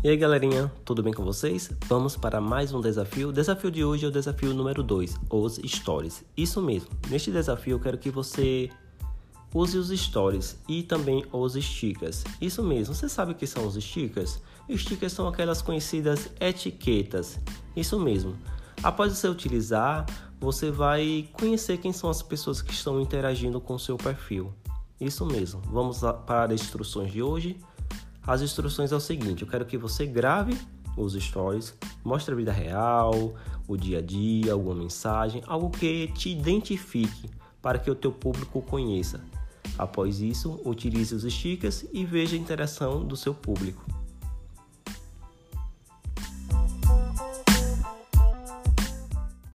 E aí galerinha, tudo bem com vocês? Vamos para mais um desafio. O desafio de hoje é o desafio número 2, os stories. Isso mesmo, neste desafio eu quero que você use os stories e também os stickers. Isso mesmo, você sabe o que são os stickers? Stickers são aquelas conhecidas etiquetas. Isso mesmo, após você utilizar, você vai conhecer quem são as pessoas que estão interagindo com o seu perfil. Isso mesmo, vamos para as instruções de hoje. As instruções é o seguinte, eu quero que você grave os stories, mostre a vida real, o dia a dia, alguma mensagem, algo que te identifique para que o teu público conheça. Após isso, utilize os stickers e veja a interação do seu público.